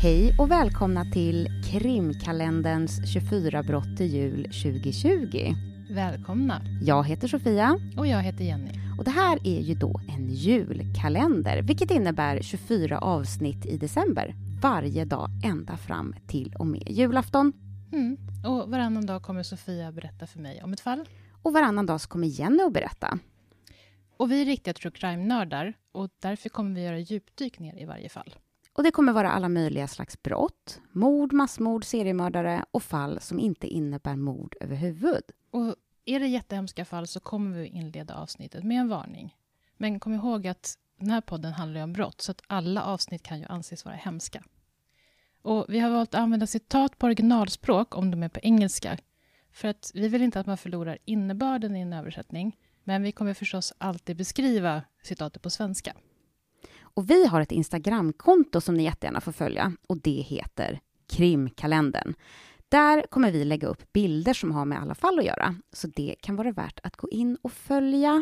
Hej och välkomna till Krimkalenderns 24 brott till jul 2020. Välkomna. Jag heter Sofia. Och jag heter Jenny. Och det här är ju då en julkalender, vilket innebär 24 avsnitt i december. Varje dag ända fram till och med julafton. Och varannan dag kommer Sofia berätta för mig om ett fall. Och varannan dag så kommer Jenny att berätta. Och vi är riktiga true crime-nördar och därför kommer vi göra djupdyk ner i varje fall. Och det kommer vara alla möjliga slags brott, mord, massmord, seriemördare och fall som inte innebär mord överhuvud. Och är det jättehemska fall så kommer vi inleda avsnittet med en varning. Men kom ihåg att den här podden handlar om brott så att alla avsnitt kan ju anses vara hemska. Och vi har valt att använda citat på originalspråk om de är på engelska. För att vi vill inte att man förlorar innebörden i en översättning. Men vi kommer förstås alltid beskriva citatet på svenska. Och vi har ett Instagramkonto som ni jättegärna får följa. Och det heter Krimkalendern. Där kommer vi lägga upp bilder som har med alla fall att göra. Så det kan vara värt att gå in och följa.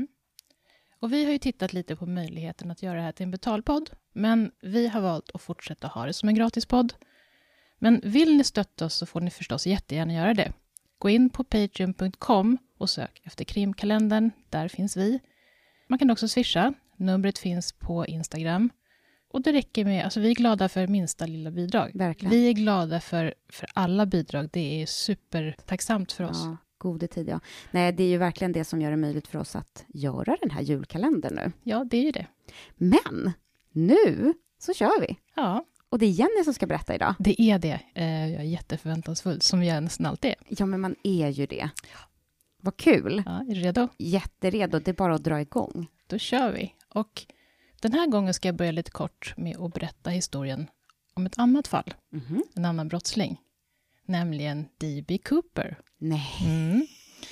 Och vi har ju tittat lite på möjligheten att göra det här till en betalpodd. Men vi har valt att fortsätta ha det som en gratispodd. Men vill ni stötta oss så får ni förstås jättegärna göra det. Gå in på patreon.com och sök efter Krimkalendern. Där finns vi. Man kan också swisha. Numret finns på Instagram. Och det räcker med, alltså vi är glada för minsta lilla bidrag. Verkligen. Vi är glada för alla bidrag. Det är supertacksamt för oss. Ja, gode tid, ja. Nej, det är ju verkligen det som gör det möjligt för oss att göra den här julkalendern nu. Ja, det är ju det. Men nu så kör vi. Ja, Och det är Jenny som ska berätta idag. det är det. Jag är jätteförväntansfull, som jag nästan alltid är. Ja, men man är ju det. Vad kul. Ja, är du redo? Jätteredo, det är bara att dra igång. Då kör vi. Och den här gången ska jag börja lite kort med att berätta historien om ett annat fall. En annan brottsling. Nämligen D.B. Cooper. Nej.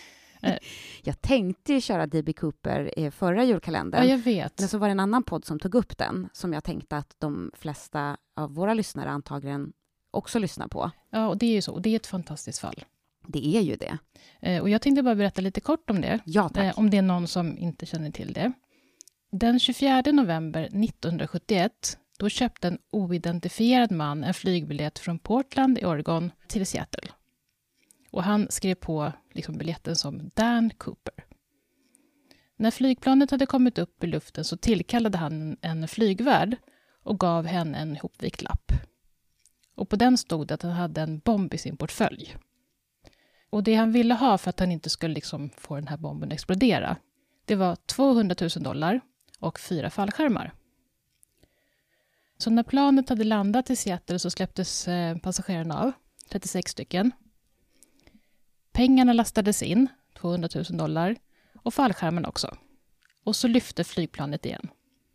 Jag tänkte ju köra D.B. Cooper i förra julkalendern. Ja, jag vet. Men så var det en annan podd som tog upp den. Som jag tänkte att de flesta av våra lyssnare antagligen också lyssnar på. Ja, och det är ju så. Och det är ett fantastiskt fall. Det är ju det. Och jag tänkte bara berätta lite kort om det. Ja, tack. Om det är någon som inte känner till det. Den 24 november 1971 då köpte en oidentifierad man en flygbiljett från Portland i Oregon till Seattle. Och han skrev på biljetten som Dan Cooper. När flygplanet hade kommit upp i luften så tillkallade han en flygvärd och gav henne en ihopvikt lapp. Och på den stod det att han hade en bomb i sin portfölj. Och det han ville ha för att han inte skulle få den här bomben att explodera, det var $200,000 och 4 fallskärmar. Så när planet hade landat i Seattle så släpptes passagerarna av, 36 stycken. Pengarna lastades in, $200,000 och fallskärmen också. Och så lyfte flygplanet igen.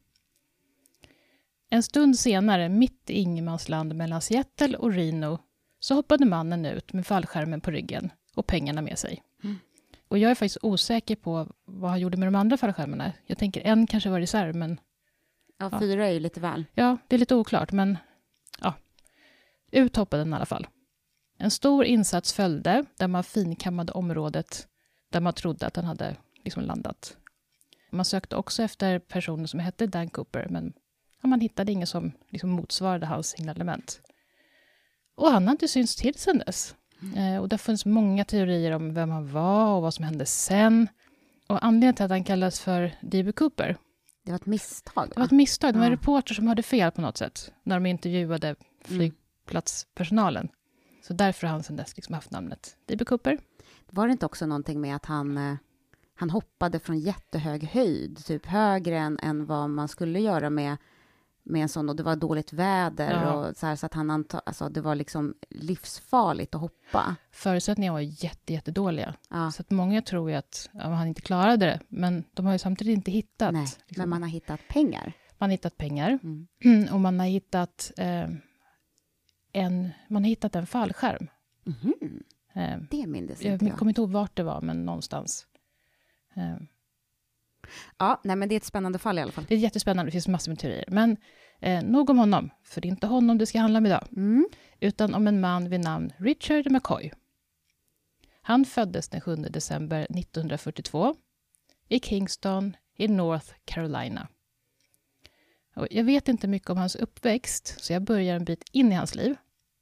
En stund senare, mitt i ingenmansland mellan Seattle och Reno, så hoppade mannen ut med fallskärmen på ryggen och pengarna med sig. Och jag är faktiskt osäker på vad han gjorde med de andra fallskärmarna. Jag tänker en kanske var reserv, men... Ja, 4 är ju lite väl. Ja, det är lite oklart, men... Ja, ut hoppade den i alla fall. En stor insats följde där man finkammade området där man trodde att han hade landat. Man sökte också efter personer som hette Dan Cooper, men man hittade ingen som motsvarade hans signalement. Och han hade inte synts till sedan dess. Och det fanns många teorier om vem han var och vad som hände sen. Och anledningen till att han kallas för D.B. Cooper. Det var ett misstag, va? Det var ett misstag. Det var en reporter som hade fel på något sätt. När de intervjuade flygplatspersonalen. Så därför har han sedan dess haft namnet D.B. Cooper. Var det inte också någonting med att han hoppade från jättehög höjd? Typ högre än vad man skulle göra med en sån, och det var dåligt väder och så att han det var livsfarligt att hoppa. Förutsättningarna var jättedåliga. Ja. Så att många tror ju att han inte klarade det, men de har ju samtidigt inte hittat. Nej, men man har hittat pengar. Man har hittat pengar och man har hittat en fallskärm. Det minns inte jag kommer inte ihåg vart det var, men någonstans. Ja, nej, men det är ett spännande fall i alla fall. Det är jättespännande, det finns massor med teorier. Men nog om honom, för det är inte honom det ska handla om idag. Utan om en man vid namn Richard McCoy. Han föddes den 7 december 1942 i Kingston i North Carolina. Och jag vet inte mycket om hans uppväxt, så jag börjar en bit in i hans liv.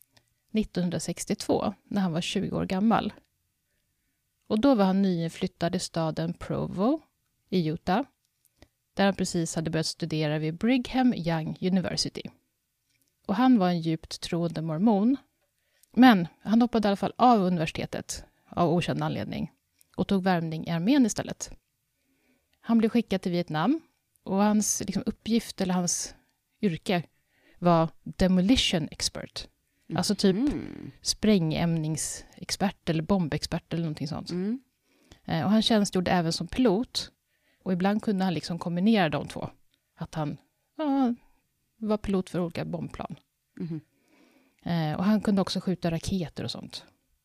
1962, när han var 20 år gammal. Och då var han nyinflyttad i staden Provo i Utah, där han precis hade börjat studera vid Brigham Young University. Och han var en djupt troende mormon. Men han hoppade i alla fall av universitetet av okänd anledning och tog värvning i armén istället. Han blev skickad till Vietnam och hans uppgift eller hans yrke var demolition expert. Alltså typ sprängämningsexpert eller bombexpert eller någonting sånt. Och han tjänstgjorde även som pilot. Och ibland kunde han kombinera de två. Att han var pilot för olika bombplan. Och han kunde också skjuta raketer och sånt.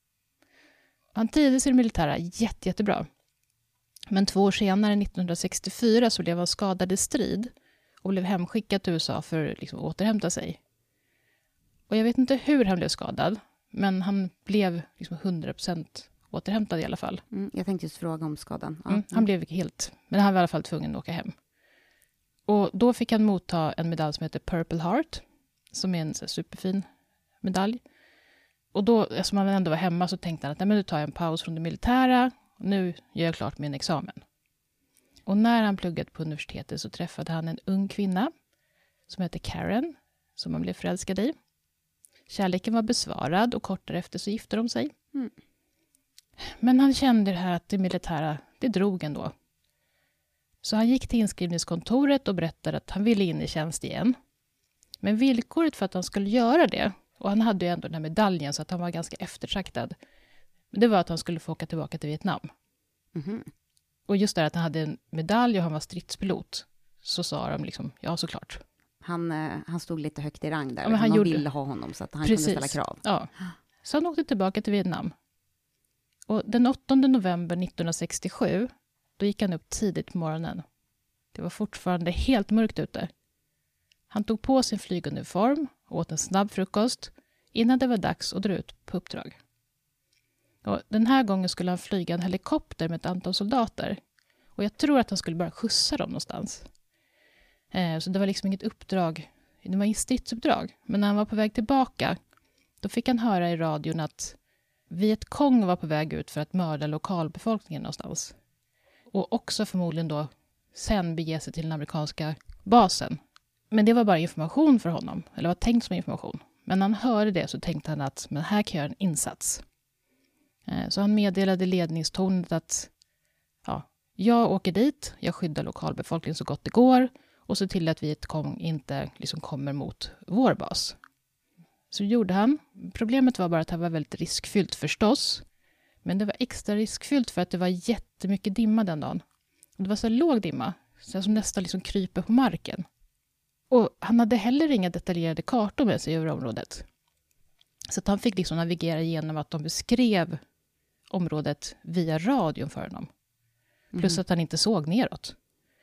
Han trivdes i det militära jättebra. Men 2 år senare, 1964, så blev han skadad i strid. Och blev hemskickad till USA för att återhämta sig. Och jag vet inte hur han blev skadad. Men han blev 100% återhämtad i alla fall. Jag tänkte just fråga om skadan. Han blev helt... Men han var i alla fall tvungen att åka hem. Och då fick han motta en medalj som heter Purple Heart. Som är en superfin medalj. Och då, eftersom han ändå var hemma, så tänkte han att nu tar jag en paus från det militära. Och nu gör jag klart min examen. Och när han pluggade på universitetet så träffade han en ung kvinna. Som heter Karen. Som han blev förälskad i. Kärleken var besvarad och kort därefter så gifte de sig. Men han kände det här att det militära, det drog ändå. Så han gick till inskrivningskontoret och berättade att han ville in i tjänst igen. Men villkoret för att han skulle göra det, och han hade ju ändå den här medaljen så att han var ganska eftertraktad, det var att han skulle få åka tillbaka till Vietnam. Och just det att han hade en medalj och han var stridspilot, så sa de ja såklart. Han stod lite högt i rang där. Ja, han ville ha honom så att han kunde ställa krav. Ja. Så han åkte tillbaka till Vietnam. Och den 8 november 1967, då gick han upp tidigt på morgonen. Det var fortfarande helt mörkt ute. Han tog på sin flyguniform och åt en snabb frukost innan det var dags att dra ut på uppdrag. Och den här gången skulle han flyga en helikopter med ett antal soldater. Och jag tror att han skulle bara skjutsa dem någonstans. Så det var inget uppdrag. Det var inget stridsuppdrag. Men när han var på väg tillbaka, då fick han höra i radion att Vietkong var på väg ut för att mörda lokalbefolkningen någonstans. Och också förmodligen då sen bege sig till den amerikanska basen. Men det var bara information för honom. Eller var tänkt som information. Men när han hörde det så tänkte han att men här kan jag göra en insats. Så han meddelade ledningstornet att jag åker dit. Jag skyddar lokalbefolkningen så gott det går. Och så till att Vietkong inte kommer mot vår bas. Så gjorde han. Problemet var bara att det var väldigt riskfyllt förstås. Men det var extra riskfyllt för att det var jättemycket dimma den dagen. Det var så låg dimma. Så som nästan kryper på marken. Och han hade heller inga detaljerade kartor med sig över området. Så att han fick navigera igenom att de beskrev området via radion för honom. Plus att han inte såg neråt.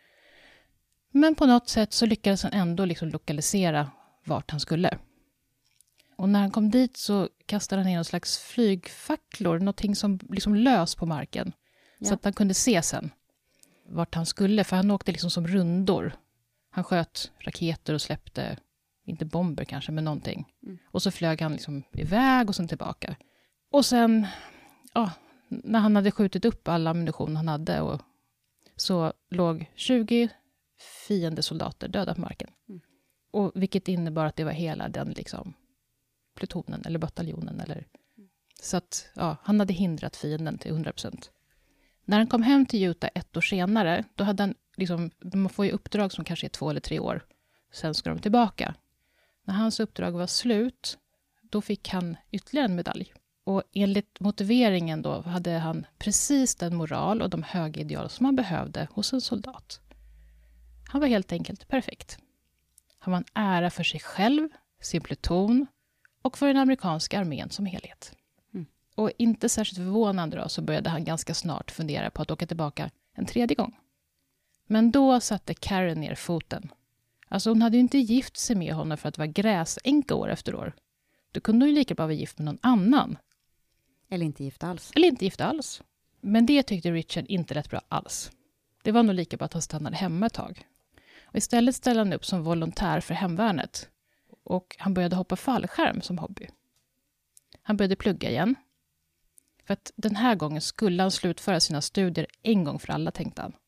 Men på något sätt så lyckades han ändå lokalisera vart han skulle. Och när han kom dit så kastade han ner någon slags flygfacklor. Någonting som lös på marken. Ja. Så att han kunde se sen vart han skulle. För han åkte som rundor. Han sköt raketer och släppte, inte bomber kanske, men någonting. Och så flög han iväg och sen tillbaka. Och sen, när han hade skjutit upp alla ammunition han hade så låg 20 fiendesoldater döda på marken. Och vilket innebar att det var hela den plutonen eller bataljonen. Så att han hade hindrat fienden till 100%. När han kom hem till Utah 1 år senare, då hade han de får ju uppdrag som kanske är 2 eller 3 år. Sen ska de tillbaka. När hans uppdrag var slut, då fick han ytterligare en medalj. Och enligt motiveringen då hade han precis den moral och de höga ideal som han behövde hos en soldat. Han var helt enkelt perfekt. Han var en ära för sig själv, sin pluton och för den amerikanska armén som helhet. Och inte särskilt förvånande då, så började han ganska snart fundera på att åka tillbaka en 3:e gång. Men då satte Karen ner foten. Alltså hon hade ju inte gift sig med honom för att vara gräsänka år efter år. Då kunde hon ju lika bra vara gift med någon annan. Eller inte gift alls. Men det tyckte Richard inte rätt bra alls. Det var nog lika bra att han stannade hemma ett tag. Och istället ställde han upp som volontär för hemvärnet. Och han började hoppa fallskärm som hobby. Han började plugga igen. För att den här gången skulle han slutföra sina studier en gång för alla, tänkte han.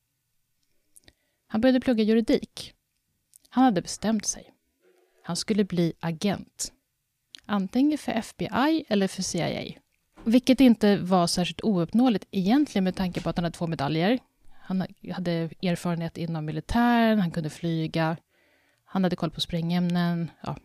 Han började plugga juridik. Han hade bestämt sig. Han skulle bli agent. Antingen för FBI eller för CIA. Vilket inte var särskilt ouppnåeligt egentligen med tanke på att han hade 2 medaljer. Han hade erfarenhet inom militären, han kunde flyga. Han hade koll på sprängämnen. Ja.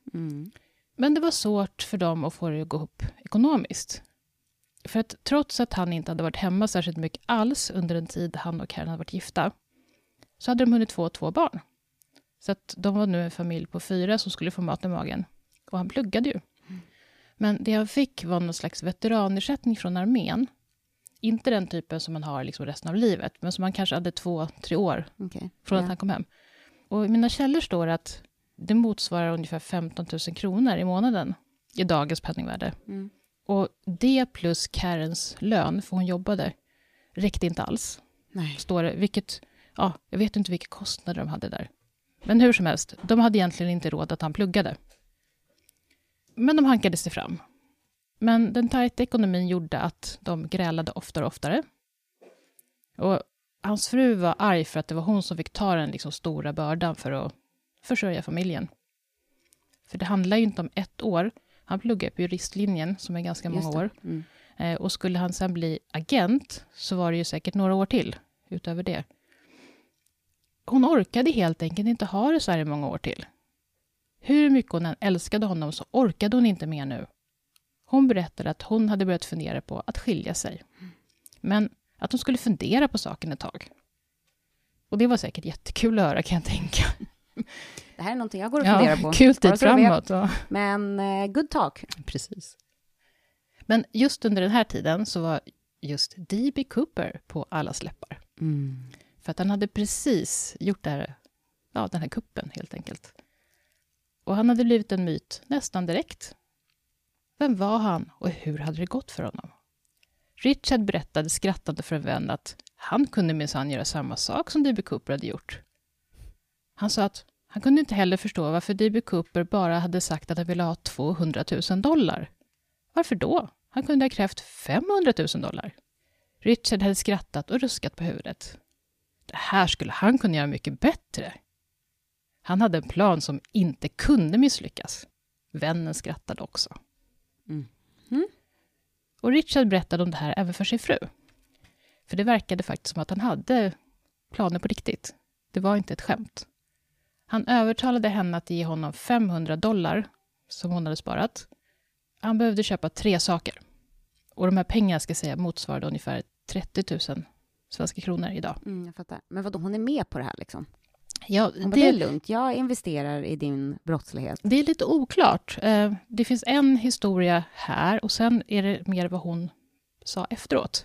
Men det var svårt för dem att få det att gå upp ekonomiskt. För att trots att han inte hade varit hemma särskilt mycket alls under den tid han och Karen hade varit gifta, så hade de hunnit få 2 barn. Så att de var nu en familj på 4 som skulle få mat i magen. Och han pluggade ju. Men det han fick var någon slags veteranersättning från armén. Inte den typen som man har liksom resten av livet, men som man kanske hade 2-3 år från att han kom hem. Och i mina källor står det att det motsvarar ungefär 15 000 kronor i månaden i dagens penningvärde. Och det plus Karens lön, för hon jobbade, räckte inte alls. Nej. Står det, vilket, ja, jag vet inte vilka kostnader de hade där. Men hur som helst, de hade egentligen inte råd att han pluggade. Men de hankade sig fram. Men den tajta ekonomin gjorde att de grälade oftare och oftare. Och hans fru var arg för att det var hon som fick ta den liksom stora bördan för att försörja familjen. För det handlar ju inte om 1 år. Han pluggade på juristlinjen som är ganska många år. Och skulle han sen bli agent så var det ju säkert några år till utöver det. Hon orkade helt enkelt inte ha det så här i många år till. Hur mycket hon än älskade honom så orkade hon inte mer nu. Hon berättade att hon hade börjat fundera på att skilja sig. Men att hon skulle fundera på saken ett tag. Och det var säkert jättekul att höra, kan jag tänka. Det här är någonting jag går och funderar på. Kul tid framåt. Men good talk. Precis. Men just under den här tiden så var just D.B. Cooper på allas läppar. För att han hade precis gjort den här kuppen helt enkelt. Och han hade blivit en myt nästan direkt. Vem var han och hur hade det gått för honom? Richard berättade skrattande för en vän att han kunde minsann göra samma sak som D.B. Cooper hade gjort. Han sa att han kunde inte heller förstå varför D.B. Cooper bara hade sagt att han ville ha $200,000. Varför då? Han kunde ha krävt $500,000. Richard hade skrattat och ruskat på huvudet. Det här skulle han kunna göra mycket bättre. Han hade en plan som inte kunde misslyckas. Vännen skrattade också. Och Richard berättade om det här även för sin fru. För det verkade faktiskt som att han hade planer på riktigt. Det var inte ett skämt. Han övertalade henne att ge honom $500 som hon hade sparat. Han behövde köpa 3 saker. Och de här pengarna ska säga motsvarade ungefär 30 000 svenska kronor idag. Jag fattar. Men vadå, hon är med på det här liksom? Ja, det är lugnt. Jag investerar i din brottslighet. Det är lite oklart. Det finns en historia här och sen är det mer vad hon sa efteråt.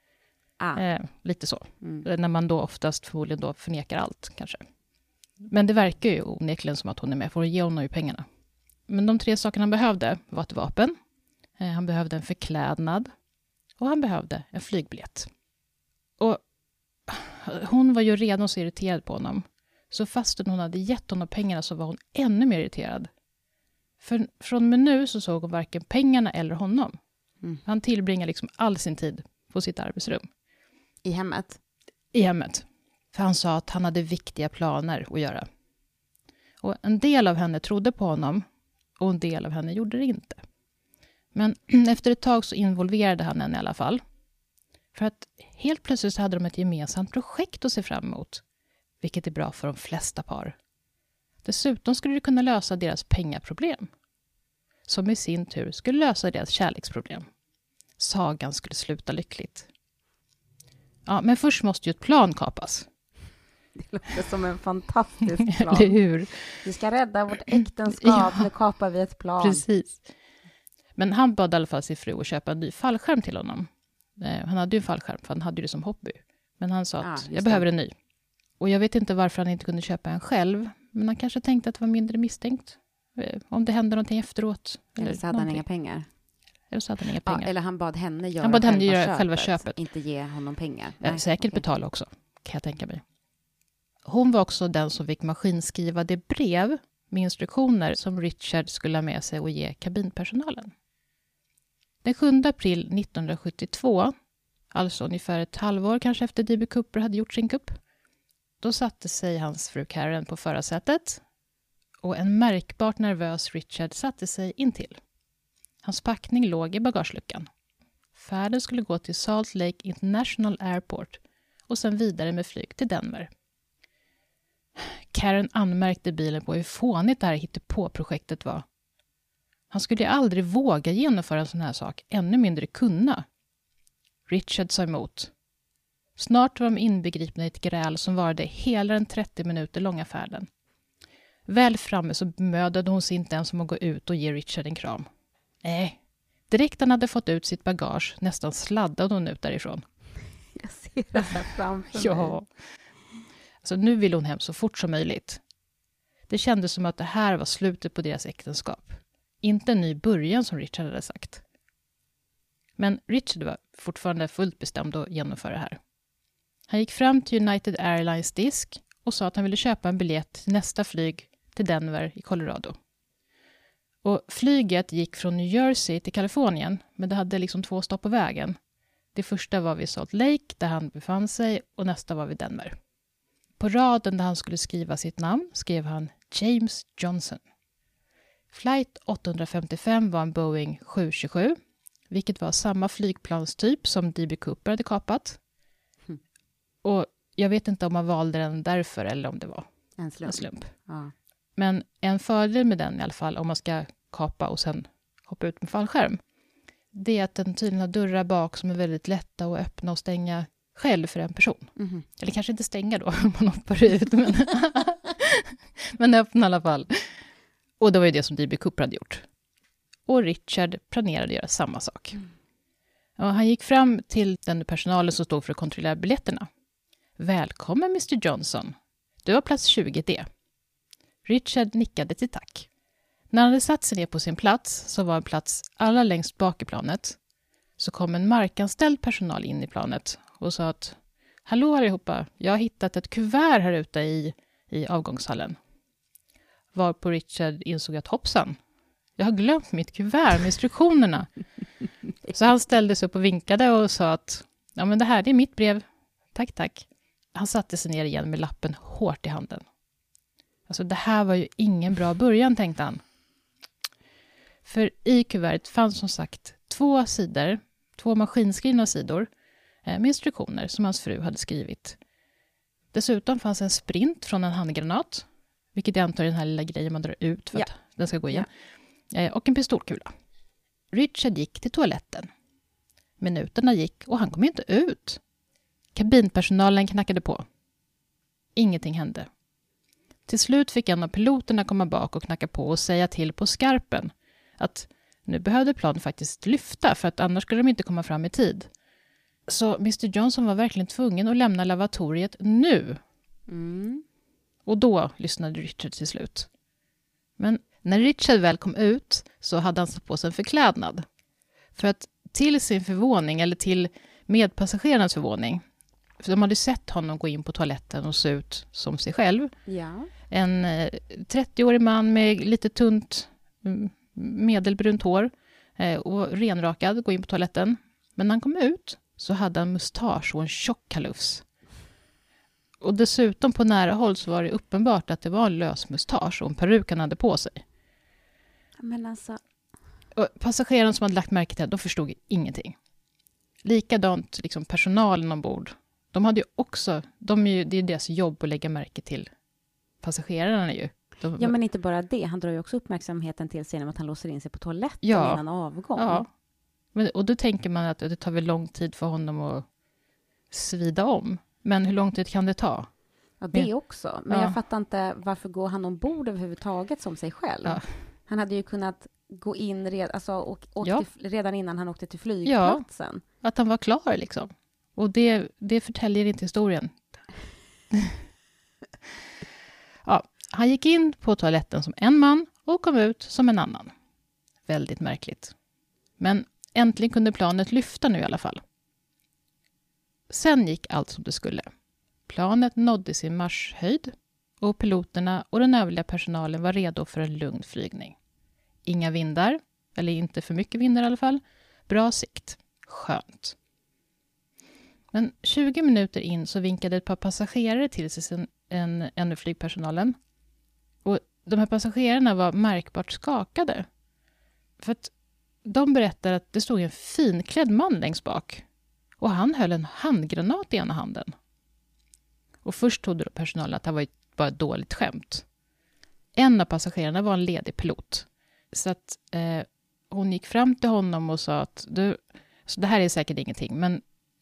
Lite så. När man då oftast förmodligen då förnekar allt kanske. Men det verkar ju onekligen som att hon är med för att ge honom ju pengarna. Men de 3 sakerna han behövde var ett vapen. Han behövde en förklädnad. Och han behövde en flygbiljett. Och hon var ju redan så irriterad på honom. Så fastän hon hade gett honom pengarna så var hon ännu mer irriterad. För från och med nu så såg hon varken pengarna eller honom. Han tillbringade liksom all sin tid på sitt arbetsrum. I hemmet? I hemmet. För han sa att han hade viktiga planer att göra. Och en del av henne trodde på honom. Och en del av henne gjorde det inte. Men efter ett tag så involverade han henne i alla fall. För att helt plötsligt så hade de ett gemensamt projekt att se fram emot. Vilket är bra för de flesta par. Dessutom skulle det kunna lösa deras pengaproblem. Som i sin tur skulle lösa deras kärleksproblem. Sagan skulle sluta lyckligt. Ja, men först måste ju ett plan kapas. Det låter som en fantastisk plan. Eller hur? Vi ska rädda vårt äktenskap, nu kapar vi ett plan. Precis. Men han bad i alla fall sin fru att köpa en ny fallskärm till honom. Han hade ju en fallskärm för han hade ju det som hobby. Men han sa att jag behöver en ny. Och jag vet inte varför han inte kunde köpa en själv. Men han kanske tänkte att det var mindre misstänkt. Om det hände någonting efteråt. Eller så hade han inga pengar. Eller så hade han inga pengar. Ja, eller han bad henne göra, själva köpet. Inte ge honom pengar. Säkert betala också, kan jag tänka mig. Hon var också den som fick maskinskriva det brev med instruktioner som Richard skulle ha med sig och ge kabinpersonalen. Den 7 april 1972, alltså ungefär ett halvår kanske efter D.B. Cooper hade gjort sin kupp, då satte sig hans fru Karen på förarsätet och en märkbart nervös Richard satte sig intill. Hans packning låg i bagageluckan. Färden skulle gå till Salt Lake International Airport och sen vidare med flyg till Denver. Karen anmärkte bilen på hur fånigt det här hittepå-projektet var. Han skulle aldrig våga genomföra en sån här sak, ännu mindre kunna. Richard sa emot. Snart var de inbegripna i ett gräl som varade hela den 30 minuter långa färden. Väl framme så bemödade hon sig inte ens om att gå ut och ge Richard en kram. Nej, direkt han hade fått ut sitt bagage nästan sladdade hon ut därifrån. Jag ser det här framför mig. Ja. Alltså, nu vill hon hem så fort som möjligt. Det kändes som att det här var slutet på deras äktenskap. Inte en ny början som Richard hade sagt. Men Richard var fortfarande fullt bestämd att genomföra det här. Han gick fram till United Airlines disk och sa att han ville köpa en biljett till nästa flyg till Denver i Colorado. Och flyget gick från New Jersey till Kalifornien, men det hade liksom 2 stopp på vägen. Det första var vid Salt Lake där han befann sig och nästa var vid Denver. På raden där han skulle skriva sitt namn skrev han James Johnson. Flight 855 var en Boeing 727, vilket var samma flygplanstyp som D.B. Cooper hade kapat. Och jag vet inte om man valde den därför eller om det var en slump. Ja. Men en fördel med den i alla fall, om man ska kapa och sen hoppa ut med fallskärm, det är att den tydligen har dörrar bak som är väldigt lätta att öppna och stänga själv för en person. Mm. Eller kanske inte stänga då, om man hoppar ut, men öppna i alla fall. Och det var ju det som D.B. Cooper hade gjort. Och Richard planerade göra samma sak. Och han gick fram till den personalen som stod för att kontrollera biljetterna. Välkommen Mr. Johnson. Du har plats 20D. Richard nickade till tack. När han hade satt sig ner på sin plats, som var en plats allra längst bak i planet, så kom en markanställd personal in i planet och sa att hallå allihopa, jag har hittat ett kuvert här ute i avgångshallen. Varpå Richard insåg att hoppsan, jag har glömt mitt kuvert med instruktionerna. Så han ställde sig upp och vinkade och sa att ja, men det här är mitt brev. Tack, tack. Han satte sig ner igen med lappen hårt i handen. Alltså det här var ju ingen bra början, tänkte han. För i kuvertet fanns som sagt 2 sidor, 2 maskinskrivna sidor med instruktioner som hans fru hade skrivit. Dessutom fanns en sprint från en handgranat, vilket jag antar är den här lilla grejen man drar ut för att den ska gå igen. Och en pistolkula. Richard gick till toaletten. Minuterna gick och han kom inte ut. Kabinpersonalen knackade på. Ingenting hände. Till slut fick en av piloterna komma bak och knacka på och säga till på skarpen att nu behövde planen faktiskt lyfta för att annars skulle de inte komma fram i tid. Så Mr. Johnson var verkligen tvungen att lämna lavatoriet nu. Och då lyssnade Richard till slut. Men när Richard väl kom ut så hade han satt på sig en förklädnad. För att till sin förvåning, eller till medpassagerarnas förvåning, för de hade sett honom gå in på toaletten och se ut som sig själv. Ja. En 30-årig man med lite tunt medelbrunt hår och renrakad gå in på toaletten. Men när han kom ut så hade han mustasch och en tjock kalufs. Och dessutom på nära håll så var det uppenbart att det var en lös mustasch och en peruk han hade på sig. Men alltså... Och passagerarna som hade lagt märke till det, de förstod ingenting. Likadant liksom personalen ombord. De hade ju också, det är deras jobb att lägga märke till passagerarna ju. Ja, men inte bara det. Han drar ju också uppmärksamheten till sig genom att han låser in sig på toaletten innan avgång. Ja. Och då tänker man att det tar väl lång tid för honom att svida om. Men hur lång tid kan det ta? Ja, det också. Men jag fattar inte varför går han ombord överhuvudtaget som sig själv. Ja. Han hade ju kunnat gå in redan innan han åkte till flygplatsen. Ja, att han var klar liksom. Och det förtäljer inte historien. Ja, han gick in på toaletten som en man och kom ut som en annan. Väldigt märkligt. Men äntligen kunde planet lyfta nu i alla fall. Sen gick allt som det skulle. Planet nådde sin marschhöjd och piloterna och den övriga personalen var redo för en lugn flygning. Inga vindar, eller inte för mycket vindar i alla fall. Bra sikt. Skönt. Men 20 minuter in så vinkade ett par passagerare till sig ännu flygpersonalen. Och de här passagerarna var märkbart skakade. För att de berättade att det stod en finklädd man längst bak. Och han höll en handgranat i ena handen. Och först trodde personalen att det var bara ett dåligt skämt. En av passagerarna var en ledig pilot. Så att hon gick fram till honom och sa att så det här är säkert ingenting, men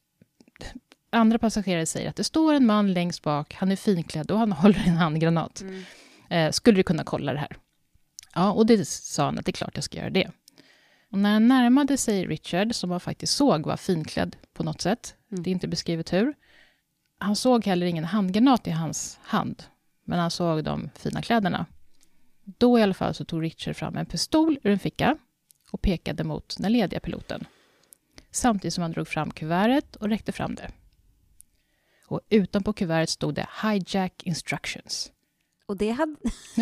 andra passagerare säger att det står en man längst bak, han är finklädd och han håller en handgranat. Skulle du kunna kolla det här? Ja, och det sa han att det är klart jag ska göra det. Och när han närmade sig Richard, som man faktiskt såg var finklädd på något sätt, det är inte beskrivet hur, han såg heller ingen handgranat i hans hand, men han såg de fina kläderna. Då i alla fall så tog Richard fram en pistol ur en ficka och pekade mot den lediga piloten. Samtidigt som han drog fram kuvertet och räckte fram det. Och utanpå kuvertet stod det hijack instructions. Och det hade...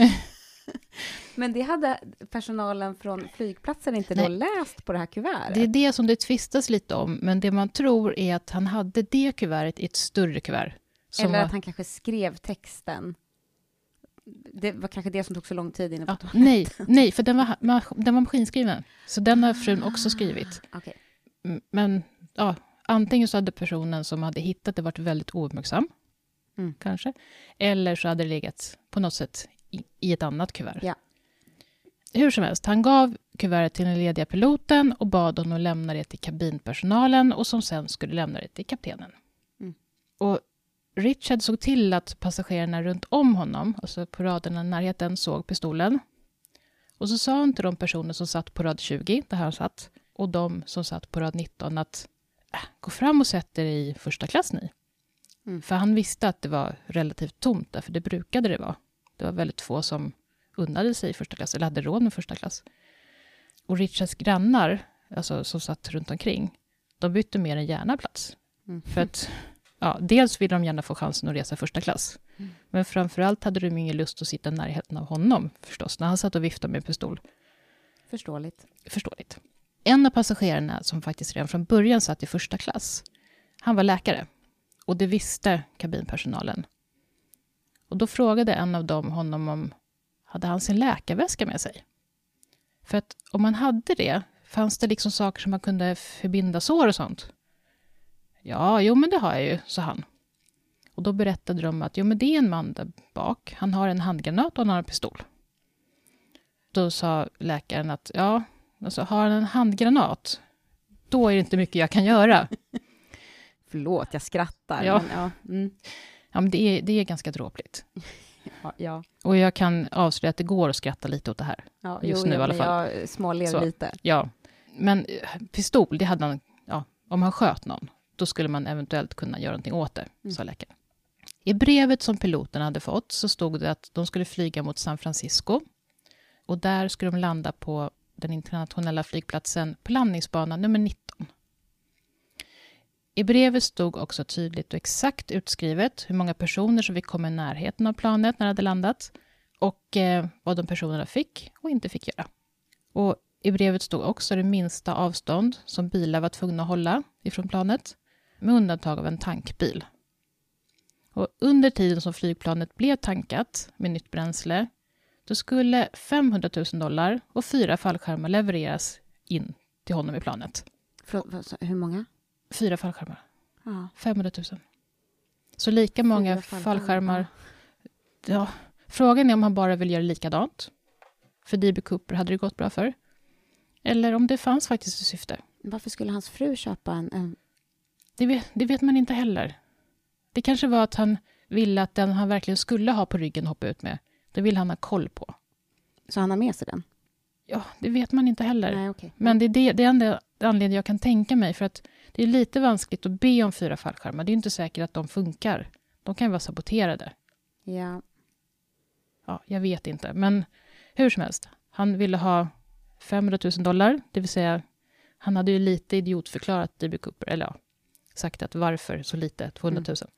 Men det hade personalen från flygplatsen inte då läst på det här kuvertet? Det är det som det tvistas lite om, men det man tror är att han hade det kuvertet i ett större kuvert. Eller att han kanske skrev texten. Det var kanske det som tog så lång tid innan. Ja, nej, för den var maskinskriven. Så den har frun också skrivit. Okay. Men ja, antingen så hade personen som hade hittat det varit väldigt ouppmärksam. Kanske. Eller så hade det legat på något sätt i ett annat kuvert. Ja. Hur som helst, han gav kuvertet till den lediga piloten och bad honom att lämna det till kabinpersonalen och som sen skulle lämna det till kaptenen. Och Richard såg till att passagerarna runt om honom, alltså på raderna i närheten, såg pistolen. Och så sa han till de personer som satt på rad 20, där han satt, och de som satt på rad 19 att gå fram och sätt er i första klass ni. För han visste att det var relativt tomt där, för det brukade det vara. Det var väldigt få som unnade sig i första klass, eller hade råd med första klass. Och Richards grannar, alltså som satt runt omkring, de bytte mer än gärna plats. För att dels ville de gärna få chansen att resa första klass. Men framförallt hade de ingen lust att sitta i närheten av honom förstås, när han satt och viftade med pistol. Förståeligt. En av passagerarna som faktiskt redan från början satt i första klass, han var läkare. Och det visste kabinpersonalen. Och då frågade en av dem honom om hade han sin läkarväska med sig. För att om man hade det, fanns det liksom saker som man kunde förbinda sår och sånt. Ja, jo men det har jag ju, sa han. Och då berättade de att men det är en man där bak. Han har en handgranat och han har en pistol. Då sa läkaren att alltså har han en handgranat, då är det inte mycket jag kan göra. Förlåt, jag skrattar. Ja, men det är ganska dråpligt. Ja. Och jag kan avslöja att det går att skratta lite åt det här. Ja, just nu i alla fall. Jag småler lite. Ja, men pistol, det hade han, om han sköt någon, då skulle man eventuellt kunna göra någonting åt det, sa läkaren. I brevet som piloterna hade fått så stod det att de skulle flyga mot San Francisco. Och där skulle de landa på den internationella flygplatsen på landningsbanan nummer 19. I brevet stod också tydligt och exakt utskrivet hur många personer som fick komma i närheten av planet när det hade landat och vad de personerna fick och inte fick göra. Och i brevet stod också det minsta avstånd som bilar var tvungna att hålla ifrån planet med undantag av en tankbil. Och under tiden som flygplanet blev tankat med nytt bränsle då skulle $500,000 och 4 fallskärmar levereras in till honom i planet. Hur många? 4 fallskärmar. Ja. 500 000. Så lika många fallskärmar. Ja. Frågan är om han bara vill göra likadant. För D.B. Cooper hade det gått bra för. Eller om det fanns faktiskt ett syfte. Varför skulle hans fru köpa en... Det vet man inte heller. Det kanske var att han ville att den han verkligen skulle ha på ryggen hoppa ut med. Det vill han ha koll på. Så han har med sig den? Ja, det vet man inte heller. Nej, okay. Men det är enda anledningen jag kan tänka mig. För att det är lite vanskligt att be om 4 fallskärmar. Det är inte säkert att de funkar. De kan vara saboterade. Ja. Ja, jag vet inte. Men hur som helst. Han ville ha $500,000. Det vill säga, han hade ju lite idiotförklarat D.B. Cooper. Eller sagt att varför så lite, 200 000.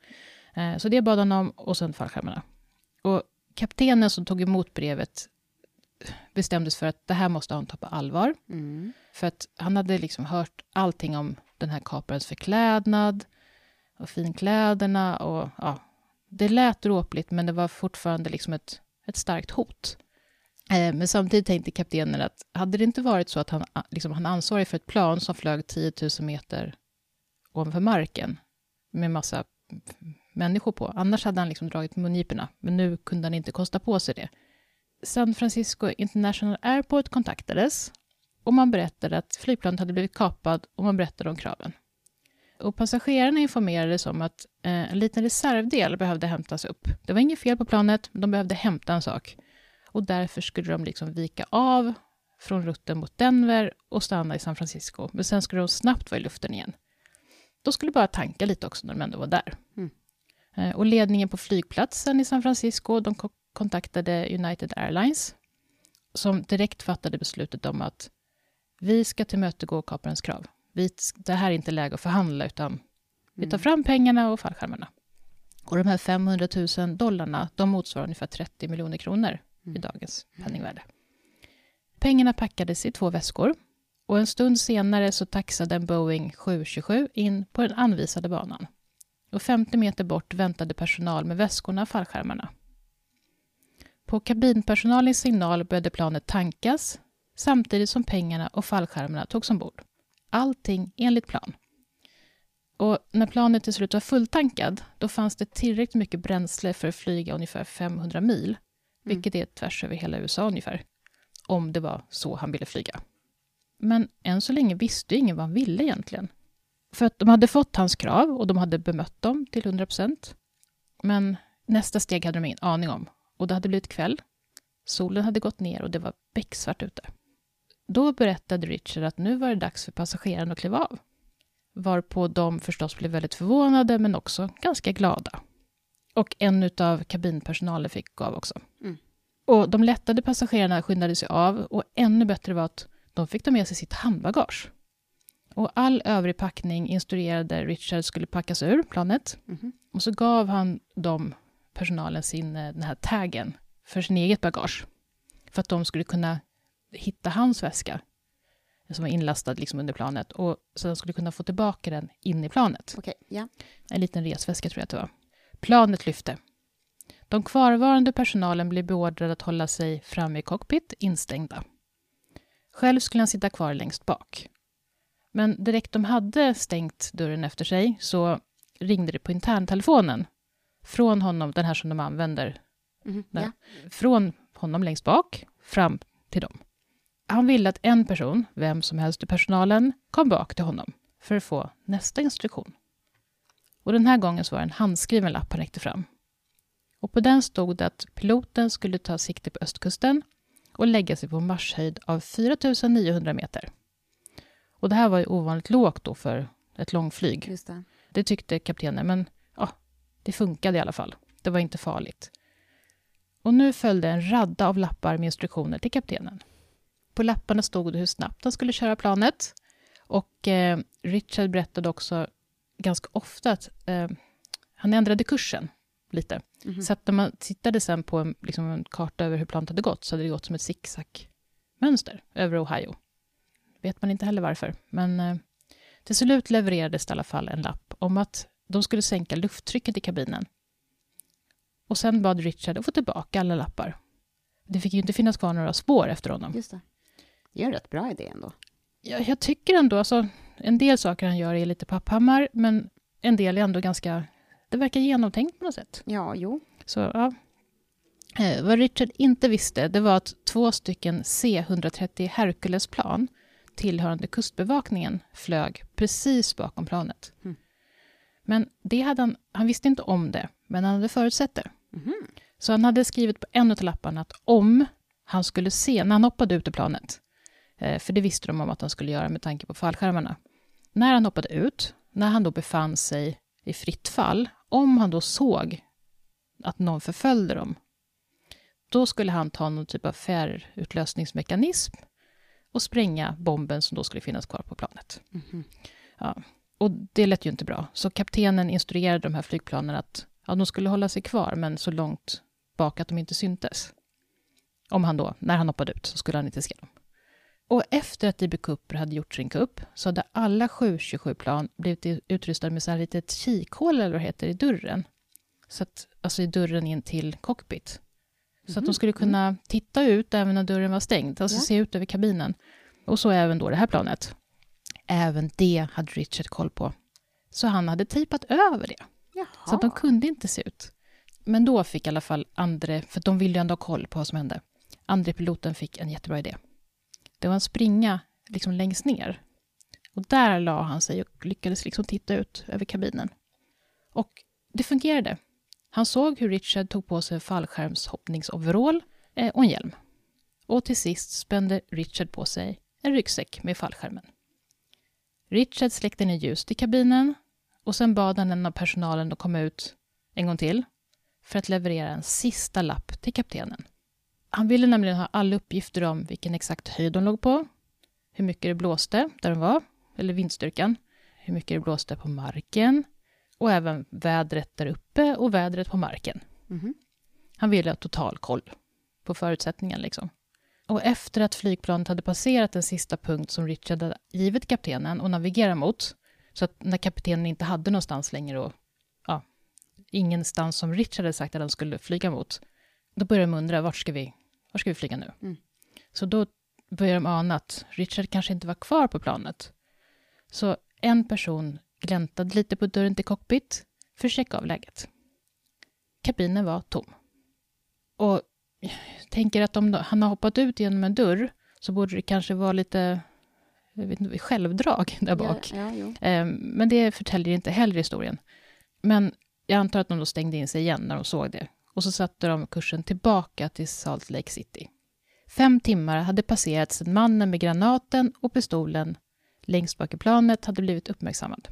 Så det bad han om, och sen fallskärmarna. Och kaptenen som tog emot brevet bestämdes för att det här måste han ta på allvar. För att han hade liksom hört allting om den här kaparens förklädnad och finkläderna. Och, ja, det lät dråpligt, men det var fortfarande liksom ett starkt hot. Men samtidigt tänkte kaptenen att hade det inte varit så att han ansvarig för ett plan som flög 10 000 meter ovanför marken med massa människor på. Annars hade han liksom dragit mungiporna, men nu kunde han inte kosta på sig det. San Francisco International Airport kontaktades och man berättade att flygplanet hade blivit kapad och man berättade om kraven. Och passagerarna informerades om att en liten reservdel behövde hämtas upp. Det var inget fel på planet, men de behövde hämta en sak. Och därför skulle de liksom vika av från rutten mot Denver och stanna i San Francisco. Men sen skulle de snabbt vara i luften igen. De skulle bara tanka lite också när de ändå var där. Och ledningen på flygplatsen i San Francisco, de kontaktade United Airlines som direkt fattade beslutet om att vi ska tillmötesgå kaparens krav. Det här är inte läge att förhandla, utan vi tar fram pengarna och fallskärmarna. Och de här $500,000, de motsvarar ungefär 30 miljoner kronor i dagens penningvärde. Pengarna packades i 2 väskor och en stund senare så taxade en Boeing 727 in på den anvisade banan. Och 50 meter bort väntade personal med väskorna och fallskärmarna. På kabinpersonalens signal började planet tankas samtidigt som pengarna och fallskärmarna togs ombord. Allting enligt plan. Och när planet till slut var fulltankad, då fanns det tillräckligt mycket bränsle för att flyga ungefär 500 mil. Vilket är tvärs över hela USA ungefär. Om det var så han ville flyga. Men än så länge visste ingen vad han ville egentligen. För att de hade fått hans krav och de hade bemött dem till 100%. Men nästa steg hade de ingen aning om. Och det hade blivit kväll. Solen hade gått ner och det var becksvart ute. Då berättade Richard att nu var det dags för passagerarna att kliva av. Varpå de förstås blev väldigt förvånade men också ganska glada. Och en av kabinpersonalen fick gå av också. Och de lättade passagerarna skyndade sig av och ännu bättre var att de fick ta med sig sitt handbagage. Och all övrig packning instruerade Richard skulle packas ur planet. Och så gav han dem, personalen, den här taggen för sin eget bagage. För att de skulle kunna hitta hans väska som var inlastad liksom under planet. Och så de skulle kunna få tillbaka den in i planet. Okej, ja. En liten resväska tror jag att det var. Planet lyfte. De kvarvarande personalen blev beordrade att hålla sig framme i cockpit instängda. Själv skulle han sitta kvar längst bak. Men direkt de hade stängt dörren efter sig så ringde det på interntelefonen. Från honom, den här som de använder. Ja. Från honom längst bak fram till dem. Han ville att en person, vem som helst i personalen, kom bak till honom för att få nästa instruktion. Och den här gången så var det en handskriven lapp han räckte fram. Och på den stod det att piloten skulle ta sikte på östkusten och lägga sig på marschhöjd av 4900 meter. Och det här var ju ovanligt lågt då för ett långflyg. Just det. Det tyckte kaptenen, men ja, det funkade i alla fall. Det var inte farligt. Och nu följde en radda av lappar med instruktioner till kaptenen. På lapparna stod det hur snabbt han skulle köra planet. Och Richard berättade också ganska ofta att han ändrade kursen lite. Så att när man tittade sen på en karta över hur planet hade gått så hade det gått som ett zigzag-mönster över Ohio. Vet man inte heller varför. Men till slut levererades det i alla fall en lapp om att de skulle sänka lufttrycket i kabinen. Och sen bad Richard att få tillbaka alla lappar. Det fick ju inte finnas kvar några spår efter honom. Just det. Det är en rätt bra idé ändå. Ja, jag tycker ändå, alltså, en del saker han gör är lite papphammar, men en del är ändå ganska, det verkar genomtänkt på något sätt. Ja, jo. Så, ja. Vad Richard inte visste, det var att 2 stycken C-130 Hercules-plan tillhörande kustbevakningen flög precis bakom planet. Men det hade han visste inte om det, men han hade förutsett det. Så han hade skrivit på en av lapparna att om han skulle se, när han hoppade ut ur planet, för det visste de om att han skulle göra med tanke på fallskärmarna. När han hoppade ut, när han då befann sig i fritt fall, om han då såg att någon förföljde dem, då skulle han ta någon typ av färutlösningsmekanism och spränga bomben som då skulle finnas kvar på planet. Ja. Och det lät ju inte bra. Så kaptenen instruerade de här flygplanen att Ja, de skulle hålla sig kvar, men så långt bak att de inte syntes. Om han då, när han hoppade ut, så skulle han inte se dem. Och efter att D.B. Cooper hade gjort sin kupp så hade alla 727-plan blivit utrustade med så här litet kikhål eller vad det heter i dörren. Så att, alltså i dörren in till cockpit. Så att de skulle kunna titta ut även när dörren var stängd. Alltså se ut över kabinen. Och så även då det här planet. Även det hade Richard koll på. Så han hade tejpat över det. Jaha. Så att de kunde inte se ut. Men då fick i alla fall André, för de ville ju ändå ha koll på vad som hände. André piloten fick en jättebra idé. Det var en springa liksom längst ner. Och där la han sig och lyckades liksom titta ut över kabinen. Och det fungerade. Han såg hur Richard tog på sig fallskärmshoppningsoverall och en hjälm. Och till sist spände Richard på sig en ryggsäck med fallskärmen. Richard släckte ner ljuset i kabinen och sen bad han en av personalen att komma ut en gång till för att leverera en sista lapp till kaptenen. Han ville nämligen ha alla uppgifter om vilken exakt höjd de låg på, hur mycket det blåste där de var, eller vindstyrkan, hur mycket det blåste på marken och även vädret där uppe och vädret på marken. Mhm. Han ville ha total koll på förutsättningen liksom. Och efter att flygplanet hade passerat den sista punkt som Richard hade givit kaptenen och navigera mot, så att när kaptenen inte hade någonstans längre och ingenstans som Richard hade sagt att han skulle flyga mot, då började de undra, vart ska vi flyga nu? Mm. Så då började de ana att Richard kanske inte var kvar på planet. Så en person gläntade lite på dörren till cockpit för att checka av läget. Kabinen var tom. Och jag tänker att om han har hoppat ut genom en dörr så borde det kanske vara lite självdrag där bak. Men det förtäljer inte heller historien. Men jag antar att de då stängde in sig igen när de såg det. Och så satte de kursen tillbaka till Salt Lake City. 5 timmar hade passerat sedan mannen med granaten och pistolen längst bak i planet hade blivit uppmärksammad.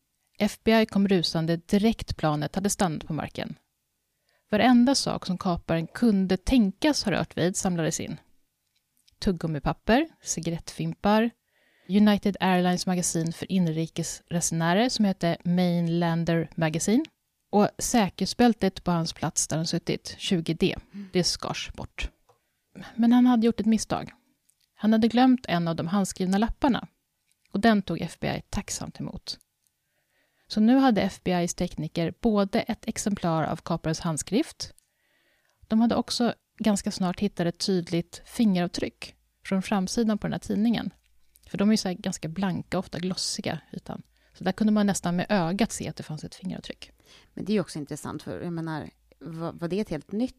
FBI kom rusande direkt planet hade stannat på marken. Varenda sak som kaparen kunde tänkas ha rört vid samlades in. Tuggummipapper, cigarettfimpar, United Airlines magasin för inrikesresenärer som heter Mainlander Magazine och säkerhetsbältet på hans plats där han suttit, 20D. Det skars bort. Men han hade gjort ett misstag. Han hade glömt en av de handskrivna lapparna och den tog FBI tacksamt emot. Så nu hade FBI:s tekniker både ett exemplar av kaparens handskrift. De hade också ganska snart hittat ett tydligt fingeravtryck från framsidan på den här tidningen. För de är ju så här ganska blanka, ofta glossiga ytan. Så där kunde man nästan med ögat se att det fanns ett fingeravtryck. Men det är ju också intressant, för jag menar, var det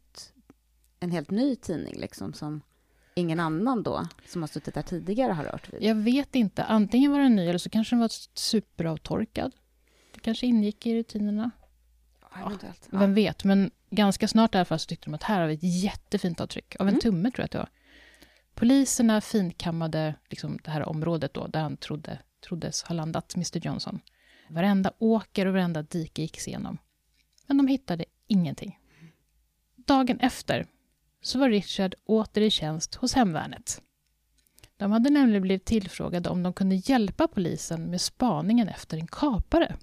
en helt ny tidning liksom, som ingen annan då som har suttit där tidigare har rört vid? Jag vet inte. Antingen var den ny eller så kanske den var superavtorkad. Det kanske ingick i rutinerna. Eventuellt. Ja, vem vet, men ganska snart i alla fall så tyckte de att här har vi ett jättefint avtryck. Av en tumme tror jag att det var. Poliserna finkammade liksom det här området då, där han troddes ha landat, Mr. Johnson. Varenda åker och varenda dike gick igenom. Men de hittade ingenting. Dagen efter så var Richard åter i tjänst hos hemvärnet. De hade nämligen blivit tillfrågade om de kunde hjälpa polisen med spaningen efter en kapare.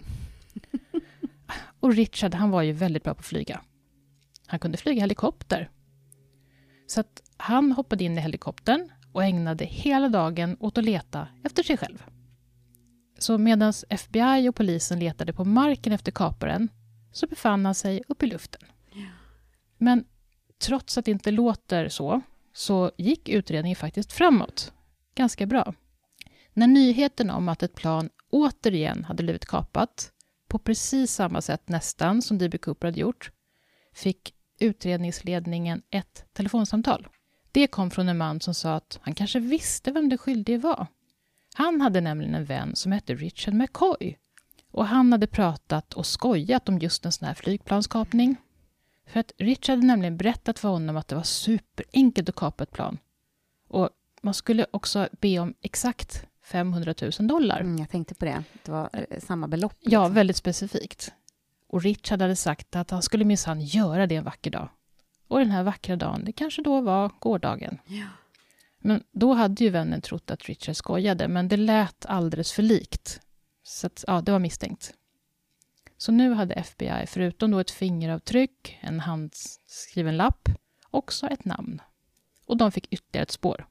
Och Richard, han var ju väldigt bra på att flyga. Han kunde flyga helikopter. Så att han hoppade in i helikoptern och ägnade hela dagen åt att leta efter sig själv. Så medan FBI och polisen letade på marken efter kaparen så befann han sig uppe i luften. Men trots att det inte låter så gick utredningen faktiskt framåt. Ganska bra. När nyheten om att ett plan återigen hade blivit kapat, på precis samma sätt nästan som D.B. Cooper hade gjort, fick utredningsledningen ett telefonsamtal. Det kom från en man som sa att han kanske visste vem det skyldige var. Han hade nämligen en vän som hette Richard McCoy. Och han hade pratat och skojat om just en sån här flygplanskapning. För att Richard hade nämligen berättat för honom att det var superenkelt att kapa ett plan. Och man skulle också be om exakt $500,000. Jag tänkte på det. Det var samma belopp. Liksom. Ja, väldigt specifikt. Och Richard hade sagt att han skulle minsann göra det en vacker dag. Och den här vackra dagen, det kanske då var gårdagen. Ja. Men då hade ju vännen trott att Richard skojade, men det lät alldeles för likt. Så att, ja, det var misstänkt. Så nu hade FBI, förutom då ett fingeravtryck, en handskriven lapp, också ett namn. Och de fick ytterligare ett spår.